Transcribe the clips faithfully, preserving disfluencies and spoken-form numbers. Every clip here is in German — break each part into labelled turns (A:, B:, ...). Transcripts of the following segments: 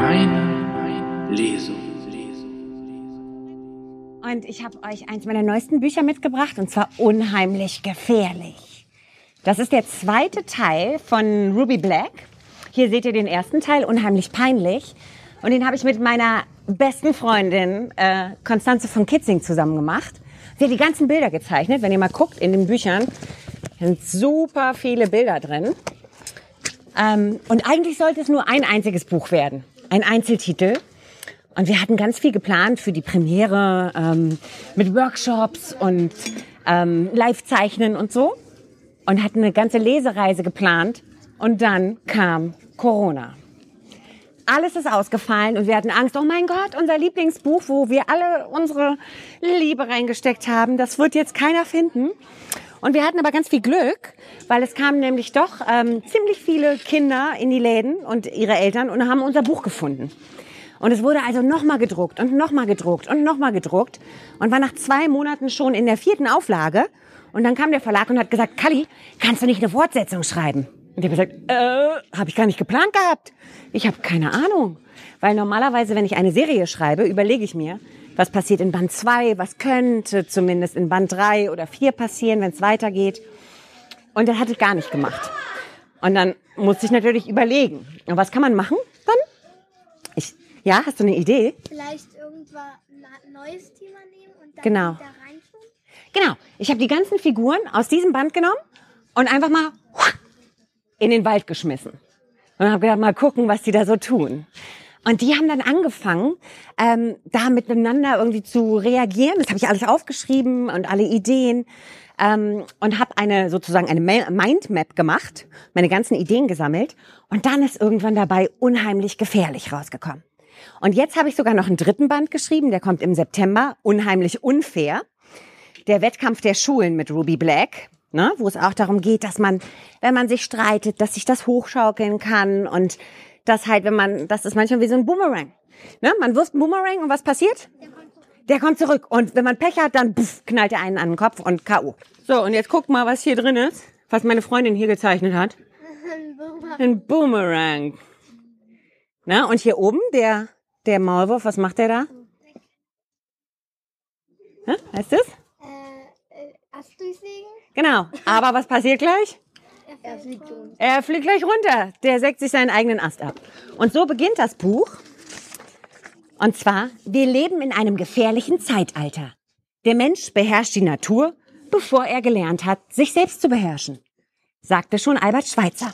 A: Eine Lesung.
B: Und ich habe euch eins meiner neuesten Bücher mitgebracht, und zwar Unheimlich gefährlich. Das ist der zweite Teil von Ruby Black. Hier seht ihr den ersten Teil, Unheimlich peinlich. Und den habe ich mit meiner besten Freundin äh, Constanze von Kitzing zusammen gemacht. Sie hat die ganzen Bilder gezeichnet. Wenn ihr mal guckt in den Büchern, sind super viele Bilder drin. Ähm, und eigentlich sollte es nur ein einziges Buch werden, ein Einzeltitel. Und wir hatten ganz viel geplant für die Premiere, ähm, mit Workshops und ähm, Live-Zeichnen und so. Und hatten eine ganze Lesereise geplant. Und dann kam Corona. Alles ist ausgefallen und wir hatten Angst, oh mein Gott, unser Lieblingsbuch, wo wir alle unsere Liebe reingesteckt haben, das wird jetzt keiner finden. Und wir hatten aber ganz viel Glück, weil es kamen nämlich doch ähm, ziemlich viele Kinder in die Läden und ihre Eltern und haben unser Buch gefunden. Und es wurde also nochmal gedruckt und nochmal gedruckt und nochmal gedruckt und war nach zwei Monaten schon in der vierten Auflage. Und dann kam der Verlag und hat gesagt, Kalli, kannst du nicht eine Fortsetzung schreiben? Und ich habe gesagt, äh, habe ich gar nicht geplant gehabt. Ich habe keine Ahnung. Weil normalerweise, wenn ich eine Serie schreibe, überlege ich mir, was passiert in Band zwei, was könnte zumindest in Band drei oder vier passieren, wenn es weitergeht. Und das hatte ich gar nicht gemacht. Und dann musste ich natürlich überlegen, und was kann man machen dann? Ich, ja, hast du eine Idee?
C: Vielleicht irgendwann ein neues Thema nehmen und dann
B: genau.
C: da reintun?
B: Genau. Ich habe die ganzen Figuren aus diesem Band genommen und einfach mal in den Wald geschmissen. Und habe gedacht, mal gucken, was die da so tun. Und die haben dann angefangen, ähm, da miteinander irgendwie zu reagieren. Das habe ich alles aufgeschrieben und alle Ideen. Ähm, und habe eine sozusagen eine Mindmap gemacht, meine ganzen Ideen gesammelt. Und dann ist irgendwann dabei Unheimlich gefährlich rausgekommen. Und jetzt habe ich sogar noch einen dritten Band geschrieben, der kommt im September, Unheimlich unfair. Der Wettkampf der Schulen mit Ruby Black, ne, wo es auch darum geht, dass man, wenn man sich streitet, dass sich das hochschaukeln kann und das halt, wenn man, das ist manchmal wie so ein Boomerang. Ne, man wirft einen Boomerang und was passiert? Der kommt zurück. Der kommt zurück. Und wenn man Pech hat, dann puff, knallt er einen an den Kopf und K O So, und jetzt guck mal, was hier drin ist, was meine Freundin hier gezeichnet hat.
C: Ein Boomerang.
B: Ein Boomerang. Na, und hier oben, der, der Maulwurf, was macht der da? Hm, heißt das?
C: Äh, äh, Ast durchsägen?
B: Genau. Aber was passiert gleich?
C: Er fliegt runter.
B: Er fliegt gleich runter. Der sägt sich seinen eigenen Ast ab. Und so beginnt das Buch. Und zwar, wir leben in einem gefährlichen Zeitalter. Der Mensch beherrscht die Natur, bevor er gelernt hat, sich selbst zu beherrschen, sagte schon Albert Schweitzer.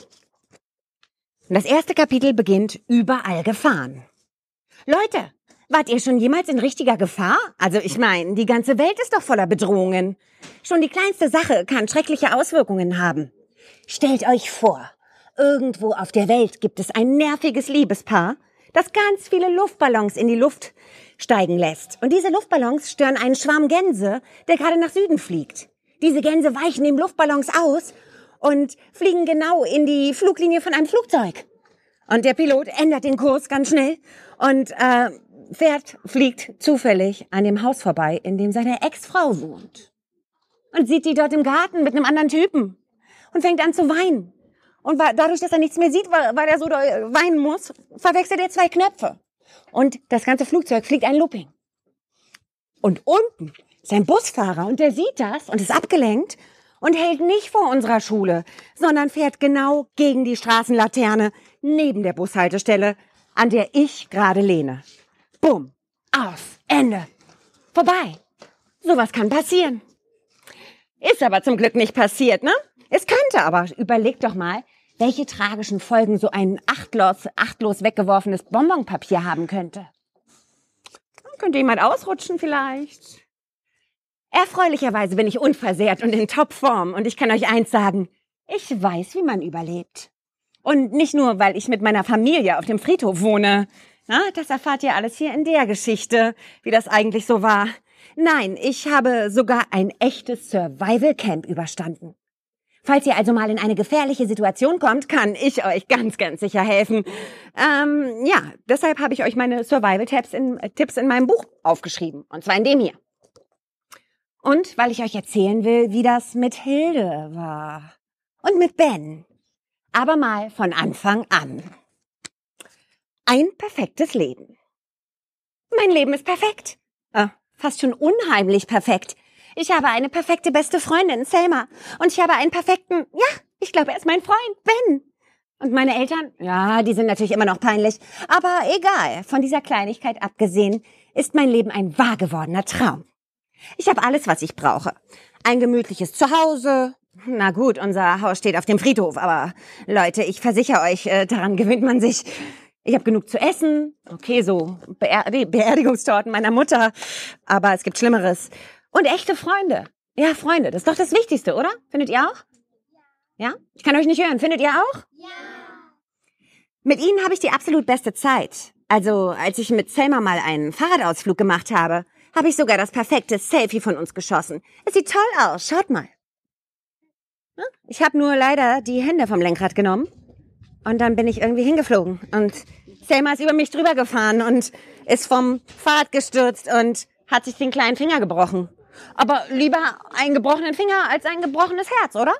B: Und das erste Kapitel beginnt überall Gefahren. Leute, wart ihr schon jemals in richtiger Gefahr? Also ich meine, die ganze Welt ist doch voller Bedrohungen. Schon die kleinste Sache kann schreckliche Auswirkungen haben. Stellt euch vor, irgendwo auf der Welt gibt es ein nerviges Liebespaar, das ganz viele Luftballons in die Luft steigen lässt. Und diese Luftballons stören einen Schwarm Gänse, der gerade nach Süden fliegt. Diese Gänse weichen dem Luftballons aus und fliegen genau in die Fluglinie von einem Flugzeug. Und der Pilot ändert den Kurs ganz schnell und äh, fährt, fliegt zufällig an dem Haus vorbei, in dem seine Ex-Frau wohnt. Und sieht die dort im Garten mit einem anderen Typen und fängt an zu weinen. Und dadurch, dass er nichts mehr sieht, weil er so weinen muss, verwechselt er zwei Knöpfe. Und das ganze Flugzeug fliegt ein Looping. Und unten ist ein Busfahrer und der sieht das und ist abgelenkt und hält nicht vor unserer Schule, sondern fährt genau gegen die Straßenlaterne neben der Bushaltestelle, an der ich gerade lehne. Bumm, aus, Ende, vorbei. Sowas kann passieren. Ist aber zum Glück nicht passiert, ne? Es könnte aber, überlegt doch mal, welche tragischen Folgen so ein achtlos, achtlos weggeworfenes Bonbonpapier haben könnte. Könnte jemand ausrutschen vielleicht? Erfreulicherweise bin ich unversehrt und in Topform und ich kann euch eins sagen, ich weiß, wie man überlebt. Und nicht nur, weil ich mit meiner Familie auf dem Friedhof wohne. Na, das erfahrt ihr alles hier in der Geschichte, wie das eigentlich so war. Nein, ich habe sogar ein echtes Survival-Camp überstanden. Falls ihr also mal in eine gefährliche Situation kommt, kann ich euch ganz, ganz sicher helfen. Ähm, ja, deshalb habe ich euch meine Survival-Tipps in, äh, Tipps in meinem Buch aufgeschrieben. Und zwar in dem hier. Und weil ich euch erzählen will, wie das mit Hilde war. Und mit Ben. Aber mal von Anfang an. Ein perfektes Leben. Mein Leben ist perfekt. Ah, fast schon unheimlich perfekt. Ich habe eine perfekte beste Freundin, Selma. Und ich habe einen perfekten, ja, ich glaube, er ist mein Freund, Ben. Und meine Eltern, ja, die sind natürlich immer noch peinlich. Aber egal, von dieser Kleinigkeit abgesehen, ist mein Leben ein wahr gewordener Traum. Ich habe alles, was ich brauche. Ein gemütliches Zuhause. Na gut, unser Haus steht auf dem Friedhof, aber Leute, ich versichere euch, äh, daran gewöhnt man sich. Ich habe genug zu essen. Okay, so Beer- Beerdigungstorten meiner Mutter. Aber es gibt Schlimmeres. Und echte Freunde. Ja, Freunde, das ist doch das Wichtigste, oder? Findet ihr auch? Ja? Ich kann euch nicht hören. Findet ihr auch?
C: Ja.
B: Mit ihnen habe ich die absolut beste Zeit. Also, als ich mit Selma mal einen Fahrradausflug gemacht habe, habe ich sogar das perfekte Selfie von uns geschossen. Es sieht toll aus. Schaut mal. Ich habe nur leider die Hände vom Lenkrad genommen. Und dann bin ich irgendwie hingeflogen. Und Selma ist über mich drüber gefahren und ist vom Fahrrad gestürzt und hat sich den kleinen Finger gebrochen. Aber lieber einen gebrochenen Finger als ein gebrochenes Herz, oder?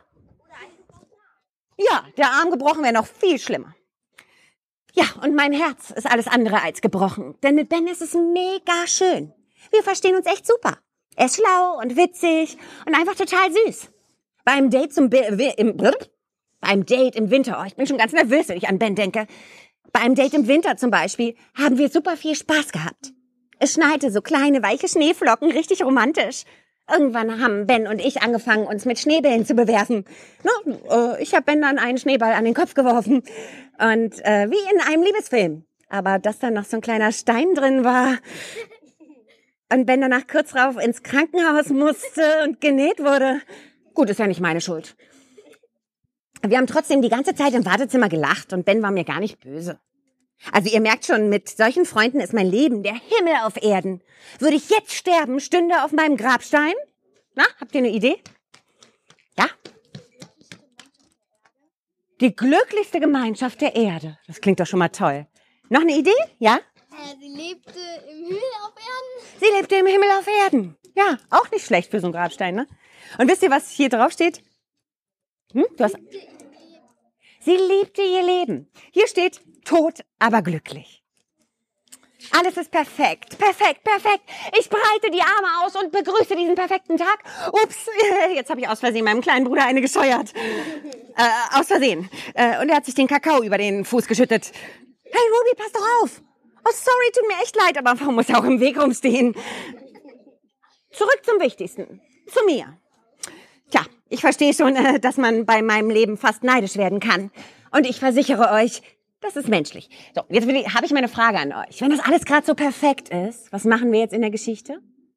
B: Ja, der Arm gebrochen wäre noch viel schlimmer. Ja, und mein Herz ist alles andere als gebrochen. Denn mit Ben ist es mega schön. Wir verstehen uns echt super. Er ist schlau und witzig und einfach total süß. Beim Date zum Be- Wi- im, beim Date im Winter, oh, ich bin schon ganz nervös, wenn ich an Ben denke. Beim Date im Winter zum Beispiel haben wir super viel Spaß gehabt. Es schneite so kleine, weiche Schneeflocken, richtig romantisch. Irgendwann haben Ben und ich angefangen, uns mit Schneebällen zu bewerfen. No, äh, ich habe Ben dann einen Schneeball an den Kopf geworfen. Und äh, wie in einem Liebesfilm. Aber dass da noch so ein kleiner Stein drin war. Und Ben danach kurz drauf ins Krankenhaus musste und genäht wurde. Gut, ist ja nicht meine Schuld. Wir haben trotzdem die ganze Zeit im Wartezimmer gelacht und Ben war mir gar nicht böse. Also ihr merkt schon, mit solchen Freunden ist mein Leben der Himmel auf Erden. Würde ich jetzt sterben, stünde auf meinem Grabstein? Na, habt ihr eine Idee? Ja? Die glücklichste Gemeinschaft der Erde. Das klingt doch schon mal toll. Noch eine Idee? Ja?
C: Äh, sie lebte im Himmel auf Erden.
B: Sie lebte im Himmel auf Erden. Ja, auch nicht schlecht für so einen Grabstein, ne? Und wisst ihr, was hier drauf steht? Hm? Du hast... Sie liebte ihr Leben. Hier steht, tot, aber glücklich. Alles ist perfekt, perfekt, perfekt. Ich breite die Arme aus und begrüße diesen perfekten Tag. Ups, jetzt habe ich aus Versehen meinem kleinen Bruder eine gescheuert. Äh, aus Versehen. Äh, und er hat sich den Kakao über den Fuß geschüttet. Hey Ruby, pass doch auf. Oh, sorry, tut mir echt leid, aber warum muss er auch im Weg rumstehen? Zurück zum Wichtigsten. Zu mir. Tja, ich verstehe schon, äh, dass man bei meinem Leben fast neidisch werden kann. Und ich versichere euch, das ist menschlich. So, jetzt habe ich meine Frage an euch. Wenn das alles gerade so perfekt ist, was machen wir jetzt in der Geschichte?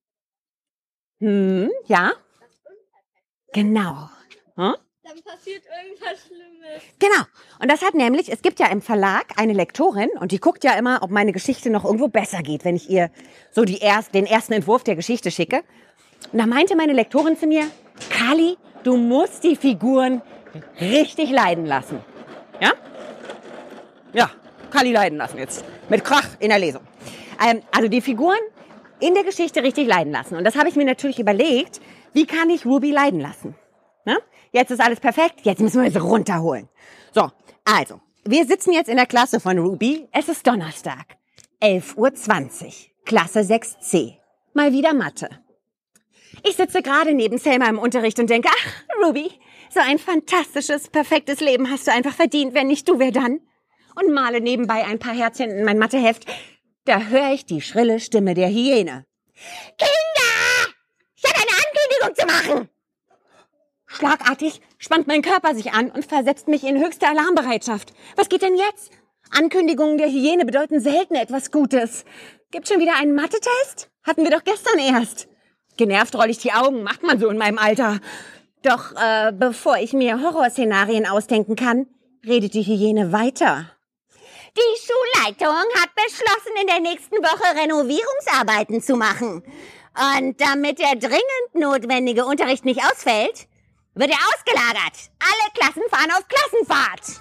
B: Hm, ja? Genau. Hm?
C: Dann passiert irgendwas Schlimmes.
B: Genau. Und das hat nämlich, es gibt ja im Verlag eine Lektorin und die guckt ja immer, ob meine Geschichte noch irgendwo besser geht, wenn ich ihr so die erst, den ersten Entwurf der Geschichte schicke. Und da meinte meine Lektorin zu mir, Kali, du musst die Figuren richtig leiden lassen. Ja? Ja, Kali leiden lassen jetzt. Mit Krach in der Lesung. Ähm, also die Figuren in der Geschichte richtig leiden lassen. Und das habe ich mir natürlich überlegt, wie kann ich Ruby leiden lassen? Na? Jetzt ist alles perfekt, jetzt müssen wir es runterholen. So, also, wir sitzen jetzt in der Klasse von Ruby. Es ist Donnerstag, elf Uhr zwanzig, Klasse sechs c. Mal wieder Mathe. Ich sitze gerade neben Selma im Unterricht und denke, ach, Ruby, so ein fantastisches, perfektes Leben hast du einfach verdient. Wenn nicht du, wer dann? Und male nebenbei ein paar Herzchen in mein Matheheft. Da höre ich die schrille Stimme der Hyäne. Kinder! Ich habe eine Ankündigung zu machen! Schlagartig spannt mein Körper sich an und versetzt mich in höchste Alarmbereitschaft. Was geht denn jetzt? Ankündigungen der Hyäne bedeuten selten etwas Gutes. Gibt schon wieder einen Mathe-Test? Hatten wir doch gestern erst. Genervt rolle ich die Augen, macht man so in meinem Alter. Doch äh, bevor ich mir Horrorszenarien ausdenken kann, redet die Hyäne weiter. Die Schulleitung hat beschlossen, in der nächsten Woche Renovierungsarbeiten zu machen. Und damit der dringend notwendige Unterricht nicht ausfällt, wird er ausgelagert. Alle Klassen fahren auf Klassenfahrt.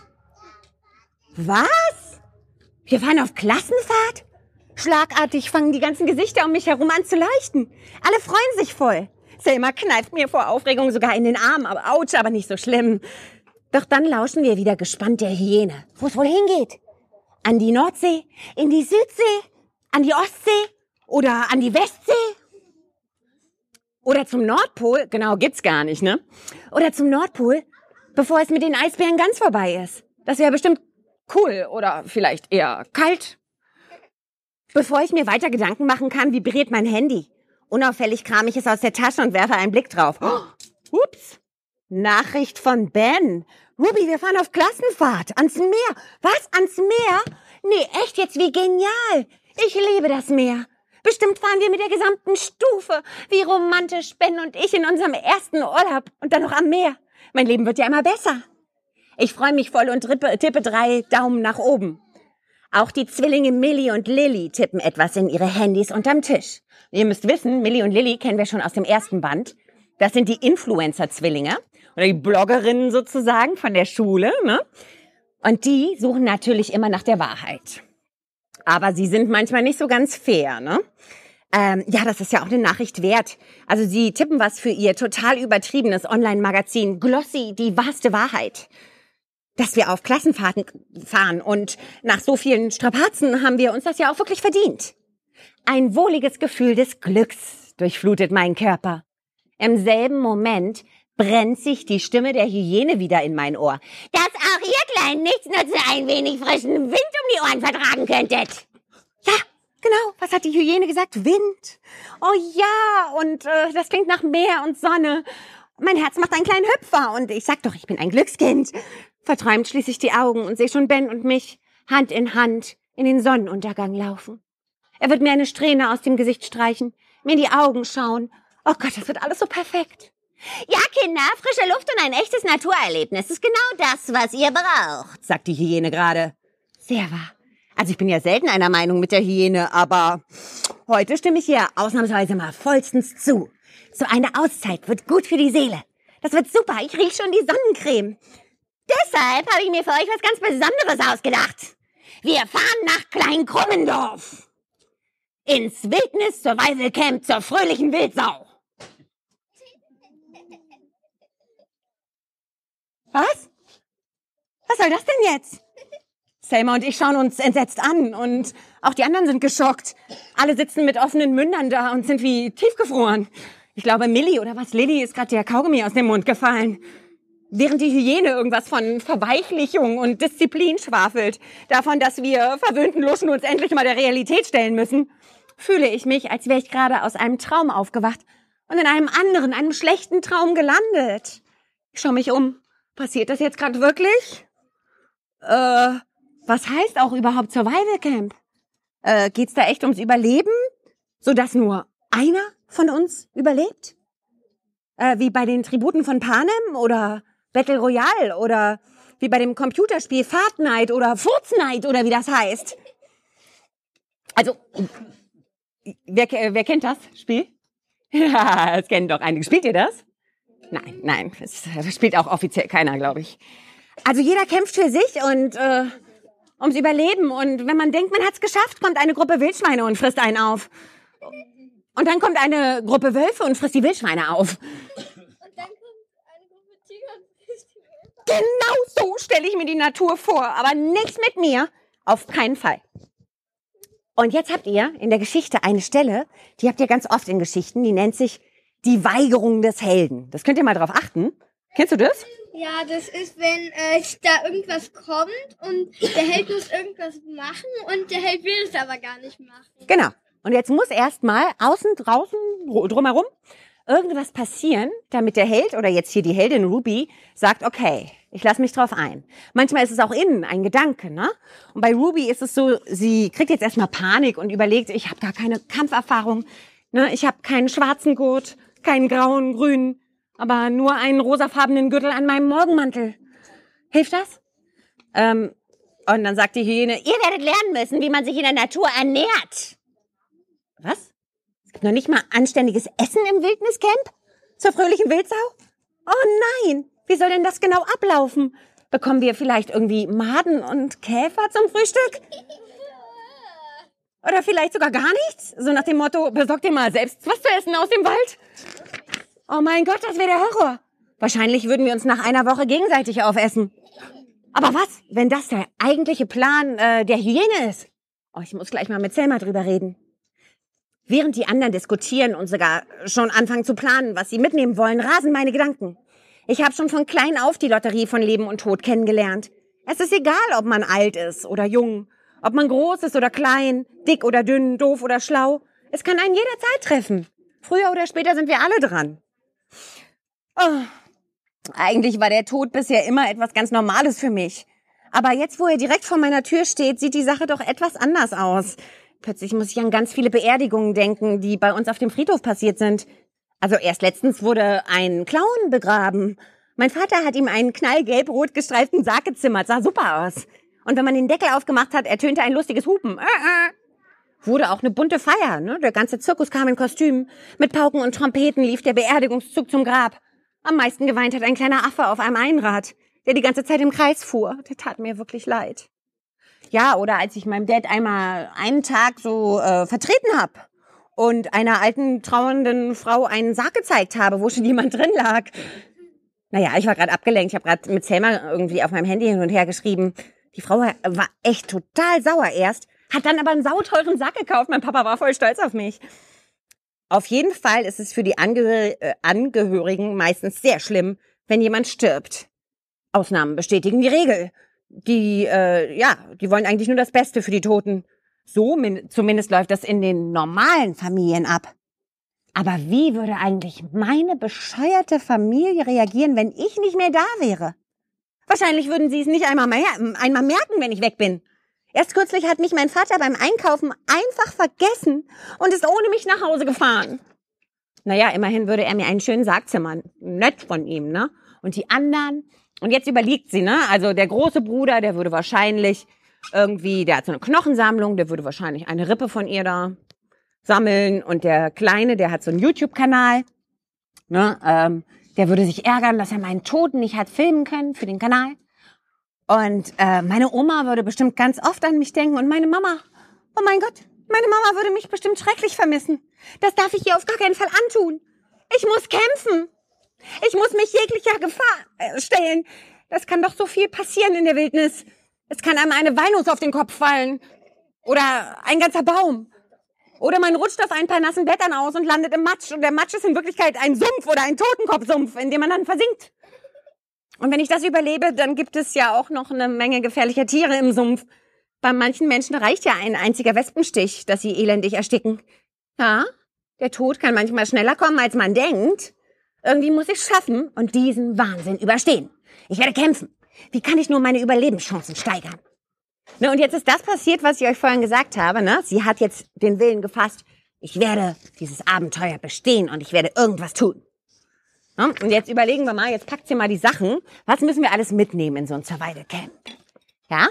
B: Was? Wir fahren auf Klassenfahrt? Schlagartig fangen die ganzen Gesichter um mich herum an zu leuchten. Alle freuen sich voll. Selma kneift mir vor Aufregung sogar in den Arm. Aber ouch, aber nicht so schlimm. Doch dann lauschen wir wieder gespannt der Hyäne, wo es wohl hingeht. An die Nordsee? In die Südsee? An die Ostsee? Oder an die Westsee? Oder zum Nordpol? Genau, gibt's gar nicht, ne? Oder zum Nordpol, bevor es mit den Eisbären ganz vorbei ist. Das wäre bestimmt cool oder vielleicht eher kalt. Bevor ich mir weiter Gedanken machen kann, vibriert mein Handy. Unauffällig kram ich es aus der Tasche und werfe einen Blick drauf. Oh, ups. Nachricht von Ben. Ruby, wir fahren auf Klassenfahrt. Ans Meer. Was? Ans Meer? Nee, echt jetzt? Wie genial. Ich liebe das Meer. Bestimmt fahren wir mit der gesamten Stufe. Wie romantisch, Ben und ich in unserem ersten Urlaub. Und dann noch am Meer. Mein Leben wird ja immer besser. Ich freue mich voll und tippe, tippe drei Daumen nach oben. Auch die Zwillinge Millie und Lily tippen etwas in ihre Handys unterm Tisch. Ihr müsst wissen, Millie und Lily kennen wir schon aus dem ersten Band. Das sind die Influencer-Zwillinge oder die Bloggerinnen sozusagen von der Schule, ne? Und die suchen natürlich immer nach der Wahrheit. Aber sie sind manchmal nicht so ganz fair, ne? Ähm, ja, das ist ja auch eine Nachricht wert. Also sie tippen was für ihr total übertriebenes Online-Magazin Glossy, die wahrste Wahrheit. Dass wir auf Klassenfahrten fahren und nach so vielen Strapazen haben wir uns das ja auch wirklich verdient. Ein wohliges Gefühl des Glücks durchflutet meinen Körper. Im selben Moment brennt sich die Stimme der Hyäne wieder in mein Ohr. Dass auch ihr Kleinen nichts nur zu ein wenig frischen Wind um die Ohren vertragen könntet. Ja, genau. Was hat die Hyäne gesagt? Wind. Oh ja, und äh, das klingt nach Meer und Sonne. Mein Herz macht einen kleinen Hüpfer und ich sag doch, ich bin ein Glückskind. Verträumt schließe ich die Augen und sehe schon Ben und mich Hand in Hand in den Sonnenuntergang laufen. Er wird mir eine Strähne aus dem Gesicht streichen, mir in die Augen schauen. Oh Gott, das wird alles so perfekt. Ja, Kinder, frische Luft und ein echtes Naturerlebnis ist genau das, was ihr braucht, sagt die Hyäne gerade. Sehr wahr. Also ich bin ja selten einer Meinung mit der Hyäne, aber heute stimme ich ihr ausnahmsweise mal vollstens zu. So eine Auszeit wird gut für die Seele. Das wird super, ich rieche schon die Sonnencreme. Deshalb habe ich mir für euch was ganz Besonderes ausgedacht. Wir fahren nach Klein-Krummendorf. Ins Wildnis-Survival-Camp zur fröhlichen Wildsau. Was? Was soll das denn jetzt? Selma und ich schauen uns entsetzt an und auch die anderen sind geschockt. Alle sitzen mit offenen Mündern da und sind wie tiefgefroren. Ich glaube, Millie oder was, Lilly ist gerade der Kaugummi aus dem Mund gefallen. Während die Hyäne irgendwas von Verweichlichung und Disziplin schwafelt, davon, dass wir verwöhnten Luschen uns endlich mal der Realität stellen müssen, fühle ich mich, als wäre ich gerade aus einem Traum aufgewacht und in einem anderen, einem schlechten Traum gelandet. Ich schaue mich um. Passiert das jetzt gerade wirklich? Äh, was heißt auch überhaupt Survival Camp? Äh, geht's da echt ums Überleben? Sodass nur einer von uns überlebt? Äh, wie bei den Tributen von Panem oder Battle Royale oder wie bei dem Computerspiel Fart Night oder Furz Night oder wie das heißt. Also, wer, wer kennt das Spiel? Ja, das kennen doch einige. Spielt ihr das? Nein, nein, das spielt auch offiziell keiner, glaube ich. Also jeder kämpft für sich und äh, ums Überleben. Und wenn man denkt, man hat's geschafft, kommt eine Gruppe Wildschweine und frisst einen auf. Und dann kommt eine Gruppe Wölfe und frisst die Wildschweine auf.
C: Und dann kommt eine Gruppe Tiger und frisst die Wölfe.
B: Genau so stelle ich mir die Natur vor, aber nicht mit mir. Auf keinen Fall. Und jetzt habt ihr in der Geschichte eine Stelle, die habt ihr ganz oft in Geschichten, die nennt sich die Weigerung des Helden. Das könnt ihr mal drauf achten. Kennst du das?
C: Ja, das ist, wenn äh, da irgendwas kommt und der Held muss irgendwas machen und der Held will es aber gar nicht machen.
B: Genau. Und jetzt muss erstmal außen, draußen, drumherum irgendwas passieren, damit der Held oder jetzt hier die Heldin Ruby sagt, okay, ich lasse mich drauf ein. Manchmal ist es auch innen ein Gedanke, ne? Und bei Ruby ist es so, sie kriegt jetzt erstmal Panik und überlegt, ich habe gar keine Kampferfahrung, ne? Ich habe keinen schwarzen Gurt, keinen grauen, grünen, aber nur einen rosafarbenen Gürtel an meinem Morgenmantel. Hilft das? Ähm, und dann sagt die Hyäne, ihr werdet lernen müssen, wie man sich in der Natur ernährt. Was? Es gibt noch nicht mal anständiges Essen im Wildniscamp? Zur fröhlichen Wildsau? Oh nein, wie soll denn das genau ablaufen? Bekommen wir vielleicht irgendwie Maden und Käfer zum Frühstück? Oder vielleicht sogar gar nichts? So nach dem Motto, besorg dir mal selbst was zu essen aus dem Wald? Oh mein Gott, das wäre der Horror. Wahrscheinlich würden wir uns nach einer Woche gegenseitig aufessen. Aber was, wenn das der eigentliche Plan äh, der Hyäne ist? Oh, ich muss gleich mal mit Selma drüber reden. Während die anderen diskutieren und sogar schon anfangen zu planen, was sie mitnehmen wollen, rasen meine Gedanken. Ich habe schon von klein auf die Lotterie von Leben und Tod kennengelernt. Es ist egal, ob man alt ist oder jung, ob man groß ist oder klein, dick oder dünn, doof oder schlau. Es kann einen jederzeit treffen. Früher oder später sind wir alle dran. Oh, eigentlich war der Tod bisher immer etwas ganz Normales für mich. Aber jetzt, wo er direkt vor meiner Tür steht, sieht die Sache doch etwas anders aus. Plötzlich muss ich an ganz viele Beerdigungen denken, die bei uns auf dem Friedhof passiert sind. Also erst letztens wurde ein Clown begraben. Mein Vater hat ihm einen knallgelb-rot gestreiften Sarg gezimmert. Sah super aus. Und wenn man den Deckel aufgemacht hat, ertönte ein lustiges Hupen. Äh, äh. Wurde auch eine bunte Feier, ne? Der ganze Zirkus kam in Kostümen. Mit Pauken und Trompeten lief der Beerdigungszug zum Grab. Am meisten geweint hat ein kleiner Affe auf einem Einrad, der die ganze Zeit im Kreis fuhr. Der tat mir wirklich leid. Ja, oder als ich meinem Dad einmal einen Tag so äh, vertreten hab und einer alten, trauernden Frau einen Sarg gezeigt habe, wo schon jemand drin lag. Naja, ich war gerade abgelenkt. Ich habe gerade mit Selma irgendwie auf meinem Handy hin und her geschrieben. Die Frau war echt total sauer erst, hat dann aber einen sauteuren Sack gekauft. Mein Papa war voll stolz auf mich. Auf jeden Fall ist es für die Angehör- äh, Angehörigen meistens sehr schlimm, wenn jemand stirbt. Ausnahmen bestätigen die Regel. Die, äh, ja, die wollen eigentlich nur das Beste für die Toten. So min- zumindest läuft das in den normalen Familien ab. Aber wie würde eigentlich meine bescheuerte Familie reagieren, wenn ich nicht mehr da wäre? Wahrscheinlich würden sie es nicht einmal, mehr, einmal merken, wenn ich weg bin. Erst kürzlich hat mich mein Vater beim Einkaufen einfach vergessen und ist ohne mich nach Hause gefahren. Naja, immerhin würde er mir einen schönen Sarg zimmern. Nett von ihm, ne? Und die anderen? Und jetzt überlegt sie, ne? Also der große Bruder, der würde wahrscheinlich irgendwie, der hat so eine Knochensammlung, der würde wahrscheinlich eine Rippe von ihr da sammeln. Und der Kleine, der hat so einen YouTube-Kanal, ne? Ähm, der würde sich ärgern, dass er meinen Tod nicht hat filmen können für den Kanal. Und äh, meine Oma würde bestimmt ganz oft an mich denken. Und meine Mama, oh mein Gott, meine Mama würde mich bestimmt schrecklich vermissen. Das darf ich ihr auf gar keinen Fall antun. Ich muss kämpfen. Ich muss mich jeglicher Gefahr äh, stellen. Das kann doch so viel passieren in der Wildnis. Es kann einem eine Walnuss auf den Kopf fallen. Oder ein ganzer Baum. Oder man rutscht auf ein paar nassen Blättern aus und landet im Matsch. Und der Matsch ist in Wirklichkeit ein Sumpf oder ein Totenkopfsumpf, in dem man dann versinkt. Und wenn ich das überlebe, dann gibt es ja auch noch eine Menge gefährlicher Tiere im Sumpf. Bei manchen Menschen reicht ja ein einziger Wespenstich, dass sie elendig ersticken. Ja, der Tod kann manchmal schneller kommen, als man denkt. Irgendwie muss ich es schaffen und diesen Wahnsinn überstehen. Ich werde kämpfen. Wie kann ich nur meine Überlebenschancen steigern? Ne, und jetzt ist das passiert, was ich euch vorhin gesagt habe. Ne? Sie hat jetzt den Willen gefasst, ich werde dieses Abenteuer bestehen und ich werde irgendwas tun. Ne? Und jetzt überlegen wir mal, jetzt packt sie mal die Sachen. Was müssen wir alles mitnehmen in so ein Survival-Camp? Ja?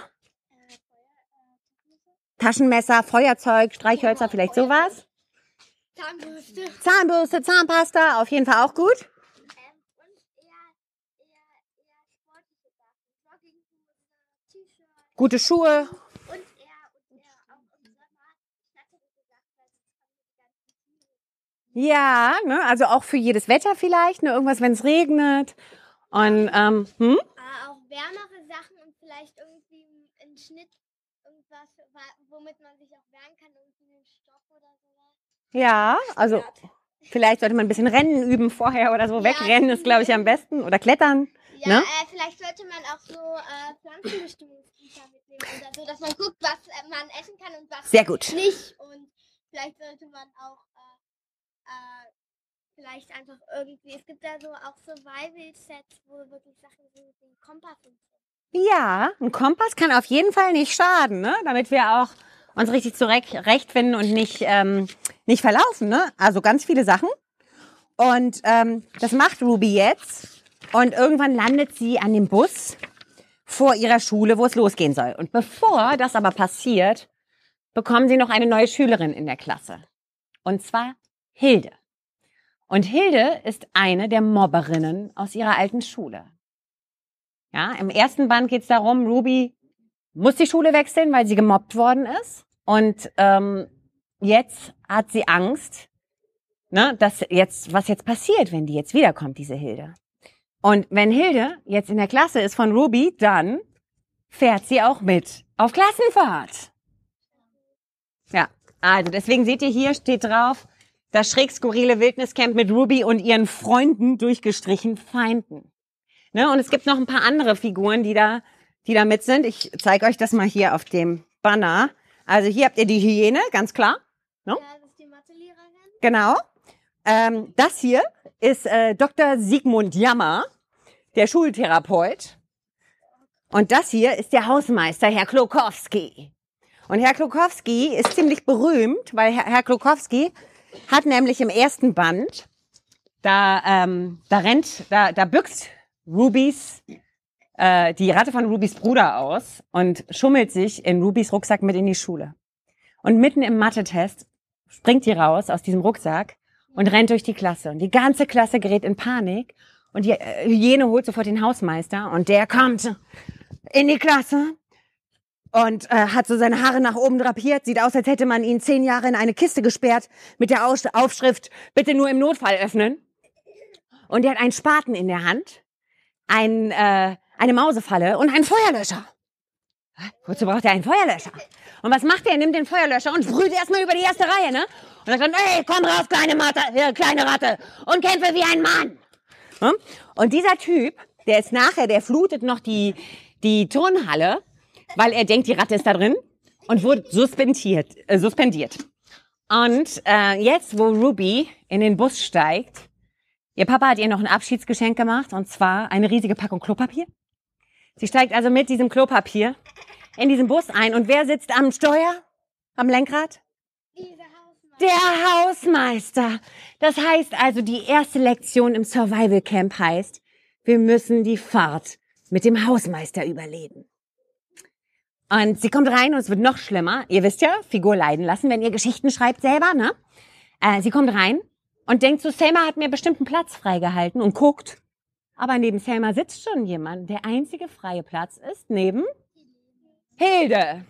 B: Taschenmesser, Feuerzeug, Streichhölzer, vielleicht sowas?
C: Zahnbürste.
B: Zahnbürste, Zahnpasta, auf jeden Fall auch gut.
C: Ähm, und eher, eher, eher sportliche Sachen. Jogginghose, T-Shirt.
B: Gute Schuhe.
C: Und eher, und eher auch im Sommer schnatterige Sachen, weil sonst kommen die ganzen Tiere.
B: Ja, ne, also auch für jedes Wetter vielleicht, ne, irgendwas, wenn es regnet. Und, ähm, hm?
C: Ah, auch wärmere Sachen und vielleicht irgendwie ein Schnitt, irgendwas, womit man sich auch wärmen kann, irgendwie einen Stock oder sowas.
B: Ja, also vielleicht sollte man ein bisschen Rennen üben vorher oder so.
C: Ja,
B: Wegrennen ist, glaube ich, am besten. Oder klettern.
C: Ja,
B: Ne?
C: äh, vielleicht sollte man auch so äh, Pflanzenbestimmungsbücher mitnehmen oder so, dass man guckt, was äh, man essen kann und was
B: Sehr gut.
C: nicht. Und vielleicht sollte man auch äh, äh, vielleicht einfach irgendwie, es gibt da so auch Survival-Sets, wo wirklich Sachen sind wie ein Kompass und so.
B: Ja, ein Kompass kann auf jeden Fall nicht schaden, ne? Damit wir auch uns richtig zurechtfinden und nicht, ähm, nicht verlaufen, ne? Also ganz viele Sachen. Und ähm, das macht Ruby jetzt. Und irgendwann landet sie an dem Bus vor ihrer Schule, wo es losgehen soll. Und bevor das aber passiert, bekommen sie noch eine neue Schülerin in der Klasse. Und zwar Hilde. Und Hilde ist eine der Mobberinnen aus ihrer alten Schule. Ja, im ersten Band geht es darum, Ruby muss die Schule wechseln, weil sie gemobbt worden ist. Und ähm, jetzt hat sie Angst, ne, dass jetzt, was jetzt passiert, wenn die jetzt wiederkommt, diese Hilde. Und wenn Hilde jetzt in der Klasse ist von Ruby, dann fährt sie auch mit auf Klassenfahrt. Ja, also deswegen seht ihr hier, steht drauf, das schräg skurrile Wildniscamp mit Ruby und ihren Freunden, durchgestrichen Feinden. Ne? Und es gibt noch ein paar andere Figuren, die da, die da mit sind. Ich zeige euch das mal hier auf dem Banner. Also hier habt ihr die Hyäne, ganz klar. Ne?
C: Ja, das ist die Mathelehrerin.
B: Genau. Ähm, das hier ist äh, Doktor Sigmund Jammer, der Schultherapeut. Und das hier ist der Hausmeister, Herr Klokowski. Und Herr Klokowski ist ziemlich berühmt, weil Herr, Herr Klokowski hat nämlich im ersten Band, da, ähm, da rennt, da, da büchst Rubys, äh, die Ratte von Rubys Bruder aus und schummelt sich in Rubys Rucksack mit in die Schule. Und mitten im Mathe-Test springt die raus aus diesem Rucksack und rennt durch die Klasse. Und die ganze Klasse gerät in Panik. Und die äh, Hyäne holt sofort den Hausmeister. Und der kommt in die Klasse und äh, hat so seine Haare nach oben drapiert. Sieht aus, als hätte man ihn zehn Jahre in eine Kiste gesperrt mit der Aus- Aufschrift, bitte nur im Notfall öffnen. Und er hat einen Spaten in der Hand, ein, äh, eine Mausefalle und einen Feuerlöscher. Wozu braucht er einen Feuerlöscher? Und was macht er? Er nimmt den Feuerlöscher und sprüht erstmal über die erste Reihe, ne? Und sagt dann, ey, komm raus, kleine, Matte, äh, kleine Ratte, und kämpfe wie ein Mann. Hm? Und dieser Typ, der ist nachher, der flutet noch die, die Turnhalle, weil er denkt, die Ratte ist da drin, und wurde suspendiert. Äh, suspendiert. Und äh, jetzt, wo Ruby in den Bus steigt, ihr Papa hat ihr noch ein Abschiedsgeschenk gemacht, und zwar eine riesige Packung Klopapier. Sie steigt also mit diesem Klopapier in diesen Bus ein. Und wer sitzt am Steuer? Am Lenkrad?
C: Dieser Hausmeister.
B: Der Hausmeister. Das heißt also, die erste Lektion im Survival Camp heißt, wir müssen die Fahrt mit dem Hausmeister überleben. Und sie kommt rein und es wird noch schlimmer. Ihr wisst ja, Figur leiden lassen, wenn ihr Geschichten schreibt selber, ne? Äh, sie kommt rein und denkt so, Selma hat mir bestimmt einen Platz freigehalten und guckt. Aber neben Selma sitzt schon jemand. Der einzige freie Platz ist neben Hilde.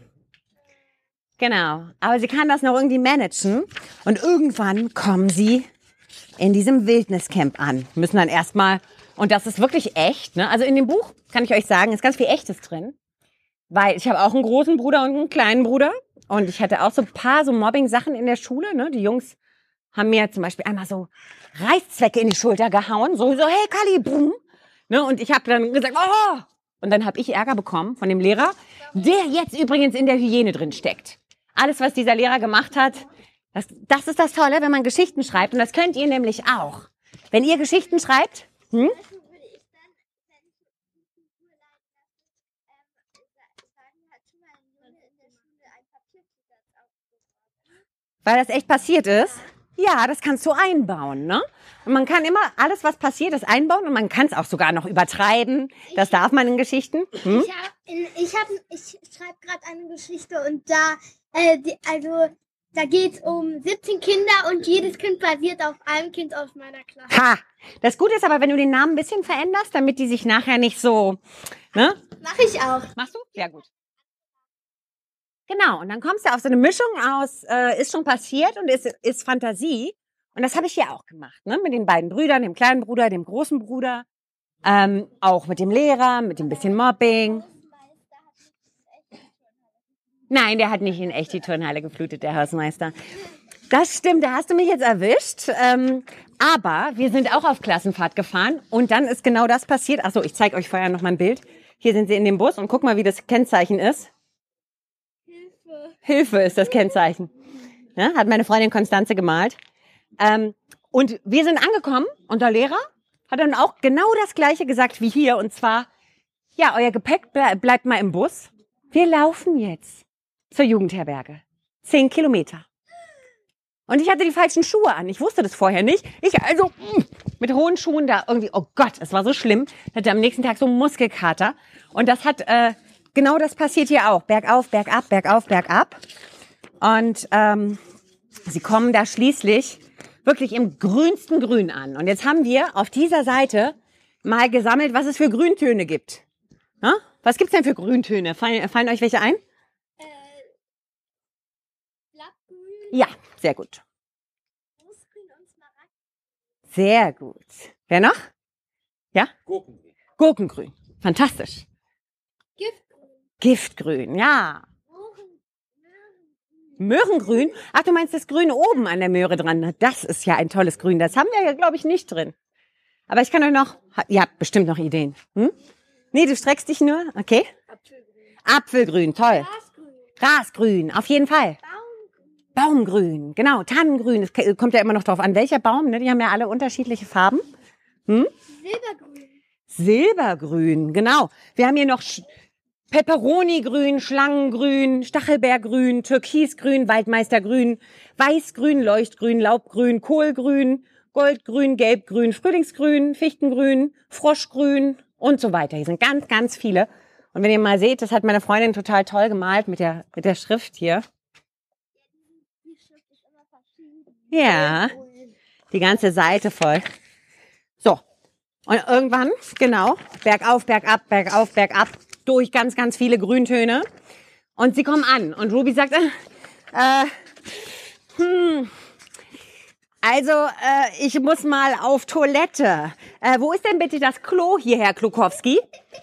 B: Genau. Aber sie kann das noch irgendwie managen. Und irgendwann kommen sie in diesem Wildniscamp an. Müssen dann erstmal, und das ist wirklich echt, ne? Also in dem Buch, kann ich euch sagen, ist ganz viel Echtes drin. Weil ich habe auch einen großen Bruder und einen kleinen Bruder. Und ich hatte auch so ein paar so Mobbing-Sachen in der Schule, ne? Die Jungs haben mir zum Beispiel einmal so Reißzwecke in die Schulter gehauen. So, so hey Kalli, boom. Ne? Und ich habe dann gesagt, oh! Und dann habe ich Ärger bekommen von dem Lehrer, der jetzt übrigens in der Hyäne drin steckt. Alles, was dieser Lehrer gemacht hat, das, das ist das Tolle, wenn man Geschichten schreibt. Und das könnt ihr nämlich auch. Wenn ihr Geschichten schreibt, hm?
C: Also würde ich dann, wenn ich die Figur leiden lasse, ähm, sagen, hat schon mal ein Junge in der Schule ein Papierzusatz aufgebracht.
B: Weil das echt passiert ist. Ja, das kannst du einbauen, ne? Und man kann immer alles, was passiert, ist einbauen, und man kann es auch sogar noch übertreiben. Das darf man in Geschichten. Hm?
C: Ich, hab, in, ich, hab, ich schreibe gerade eine Geschichte und da, äh, die, also da geht es um siebzehn Kinder und jedes Kind basiert auf einem Kind aus meiner Klasse.
B: Ha! Das Gute ist aber, wenn du den Namen ein bisschen veränderst, damit die sich nachher nicht so, ne?
C: Mache ich auch.
B: Machst du? Sehr gut. Genau, und dann kommst du auf so eine Mischung aus, äh, ist schon passiert und ist, ist Fantasie. Und das habe ich hier auch gemacht, ne? Mit den beiden Brüdern, dem kleinen Bruder, dem großen Bruder. Ähm, auch mit dem Lehrer, mit dem bisschen Mobbing. Nein, der hat nicht in echt die Turnhalle geflutet, der Hausmeister. Das stimmt, da hast du mich jetzt erwischt. Ähm, aber wir sind auch auf Klassenfahrt gefahren und dann ist genau das passiert. Achso, ich zeige euch vorher noch mal ein Bild. Hier sind sie in dem Bus und guck mal, wie das Kennzeichen ist.
C: Hilfe.
B: Hilfe ist das Kennzeichen. Ja, hat meine Freundin Konstanze gemalt. Ähm, und wir sind angekommen und der Lehrer hat dann auch genau das Gleiche gesagt wie hier. Und zwar, ja, euer Gepäck ble- bleibt mal im Bus. Wir laufen jetzt zur Jugendherberge. Zehn Kilometer. Und ich hatte die falschen Schuhe an. Ich wusste das vorher nicht. Ich also mit hohen Schuhen da irgendwie, oh Gott, es war so schlimm. Ich hatte am nächsten Tag so einen Muskelkater. Und das hat, äh, genau das passiert hier auch. Bergauf, bergab, bergauf, bergab. Und ähm, sie kommen da schließlich wirklich im grünsten Grün an. Und jetzt haben wir auf dieser Seite mal gesammelt, was es für Grüntöne gibt. Na? Was gibt's denn für Grüntöne? Fallen, fallen euch welche ein?
C: Äh, Blattgrün,
B: Ja, sehr gut.
C: Moosgrün und Smaragd.
B: Sehr gut. Wer noch? Ja?
A: Gurkengrün.
B: Gurkengrün. Fantastisch.
C: Giftgrün.
B: Giftgrün, ja. Möhrengrün? Ach, du meinst das Grün oben an der Möhre dran. Das ist ja ein tolles Grün. Das haben wir ja, glaube ich, nicht drin. Aber ich kann euch noch... Ihr habt bestimmt noch Ideen. Hm? Nee, du streckst dich nur? Okay. Apfelgrün. Apfelgrün, toll. Grasgrün. Grasgrün, auf jeden Fall. Baumgrün. Baumgrün, genau. Tannengrün. Es kommt ja immer noch drauf an, welcher Baum. Ne? Die haben ja alle unterschiedliche Farben. Hm?
C: Silbergrün.
B: Silbergrün, genau. Wir haben hier noch Peperonigrün, Schlangengrün, Stachelbeergrün, Türkisgrün, Waldmeistergrün, Weißgrün, Leuchtgrün, Laubgrün, Kohlgrün, Goldgrün, Gelbgrün, Frühlingsgrün, Fichtengrün, Froschgrün und so weiter. Hier sind ganz, ganz viele. Und wenn ihr mal seht, das hat meine Freundin total toll gemalt mit der, mit der Schrift hier.
C: Die Schrift ist immer verschieden.
B: Ja, die ganze Seite voll. So, und irgendwann, genau, bergauf, bergab, bergauf, bergab, durch ganz, ganz viele Grüntöne. Und sie kommen an. Und Ruby sagt, äh, hm, also, äh, ich muss mal auf Toilette. Äh, wo ist denn bitte das Klo hier, Herr Klukowski?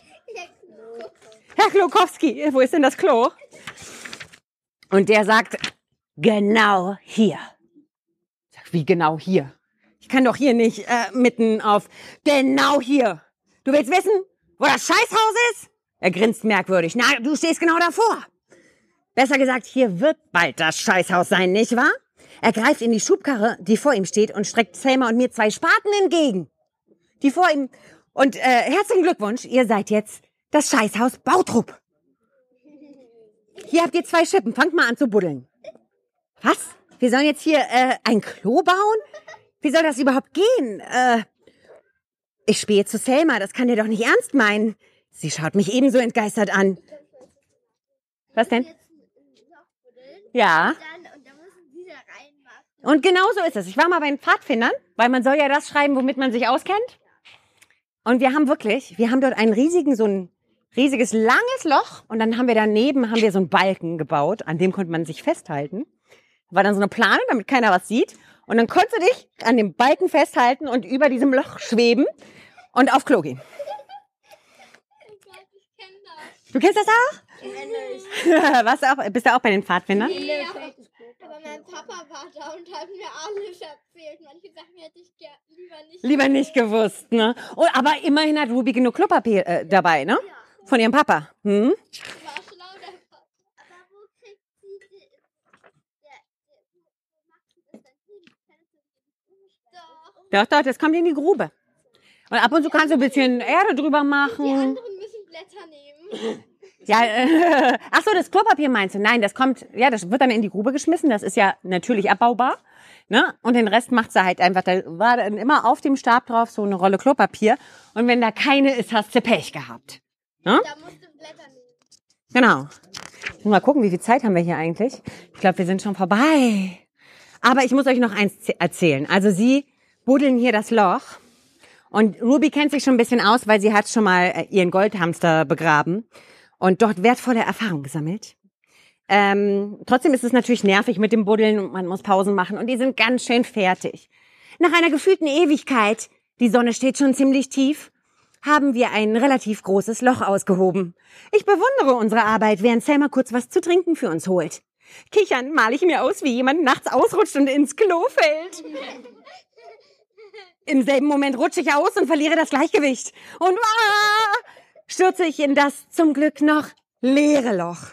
B: Herr Klukowski, wo ist denn das Klo? Und der sagt, genau hier. Ich sag, wie genau hier? Ich kann doch hier nicht äh, mitten auf, genau hier. Du willst wissen, wo das Scheißhaus ist? Er grinst merkwürdig. Na, du stehst genau davor. Besser gesagt, hier wird bald das Scheißhaus sein, nicht wahr? Er greift in die Schubkarre, die vor ihm steht, und streckt Selma und mir zwei Spaten entgegen. Die vor ihm. Und äh, herzlichen Glückwunsch, ihr seid jetzt das Scheißhaus Bautrupp. Hier habt ihr zwei Schippen. Fangt mal an zu buddeln. Was? Wir sollen jetzt hier äh, ein Klo bauen? Wie soll das überhaupt gehen? Äh, ich spähe zu Selma. Das kann ihr doch nicht ernst meinen. Sie schaut mich ebenso entgeistert an. Was denn? Ja. Und genau so ist es. Ich war mal bei den Pfadfindern, weil man soll ja das schreiben, womit man sich auskennt. Und wir haben wirklich, wir haben dort einen riesigen, so ein riesiges, langes Loch. Und dann haben wir daneben, haben wir so einen Balken gebaut, an dem konnte man sich festhalten. War dann so eine Plane, damit keiner was sieht. Und dann konntest du dich an dem Balken festhalten und über diesem Loch schweben und auf Klo gehen. Du kennst das auch? Ja. Warst du auch, bist du auch bei den Pfadfindern?
C: Ja, aber mein Papa war da und hat mir alles erzählt. Manche Sachen hätte ich lieber nicht
B: Lieber nicht gewusst, ne? Oh, aber immerhin hat Ruby genug Klopapier äh, dabei, ne?
C: Ja.
B: Von ihrem Papa. Hm?
C: War schlau, der Papa. Aber wo kriegt sie die, der, der, wo macht sie das denn hin? Kannst du die Grube stellen? Doch.
B: Doch, doch, das kommt in die Grube. Und ab und zu kannst du ein bisschen Erde drüber machen.
C: Die anderen müssen Blätter nehmen.
B: Ja, äh, ach so, das Klopapier meinst du? Nein, das kommt, ja, das wird dann in die Grube geschmissen. Das ist ja natürlich abbaubar, ne? Und den Rest macht sie halt einfach. Da war dann immer auf dem Stab drauf so eine Rolle Klopapier. Und wenn da keine ist, hast du Pech gehabt. Ne?
C: Da musst du Blätter nehmen.
B: Genau. Mal gucken, wie viel Zeit haben wir hier eigentlich? Ich glaube, wir sind schon vorbei. Aber ich muss euch noch eins erzählen. Also sie buddeln hier das Loch. Und Ruby kennt sich schon ein bisschen aus, weil sie hat schon mal ihren Goldhamster begraben und dort wertvolle Erfahrungen gesammelt. Ähm, trotzdem ist es natürlich nervig mit dem Buddeln und man muss Pausen machen und die sind ganz schön fertig. Nach einer gefühlten Ewigkeit, die Sonne steht schon ziemlich tief, haben wir ein relativ großes Loch ausgehoben. Ich bewundere unsere Arbeit, während Selma kurz was zu trinken für uns holt. Kichernd male ich mir aus, wie jemand nachts ausrutscht und ins Klo fällt. Im selben Moment rutsche ich aus und verliere das Gleichgewicht. Und ah, stürze ich in das zum Glück noch leere Loch.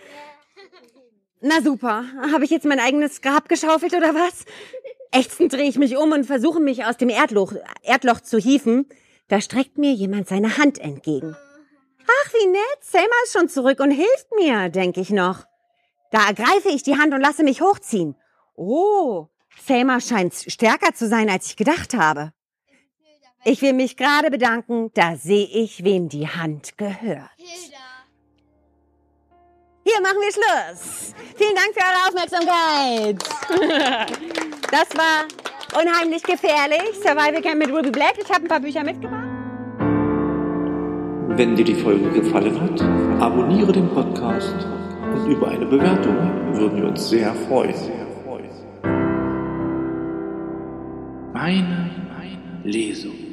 B: Na super, habe ich jetzt mein eigenes Grab geschaufelt oder was? Ächzend drehe ich mich um und versuche mich aus dem Erdloch, Erdloch zu hieven. Da streckt mir jemand seine Hand entgegen. Ach, wie nett, Selma ist schon zurück und hilft mir, denke ich noch. Da ergreife ich die Hand und lasse mich hochziehen. Oh, Selma scheint stärker zu sein, als ich gedacht habe. Ich will mich gerade bedanken, da sehe ich, wem die Hand gehört.
C: Hilda.
B: Hier machen wir Schluss. Vielen Dank für eure Aufmerksamkeit. Das war unheimlich gefährlich. Survival Camp mit Ruby Black. Ich habe ein paar Bücher mitgebracht.
A: Wenn dir die Folge gefallen hat, abonniere den Podcast und über eine Bewertung würden wir uns sehr freuen. Meine Lesung.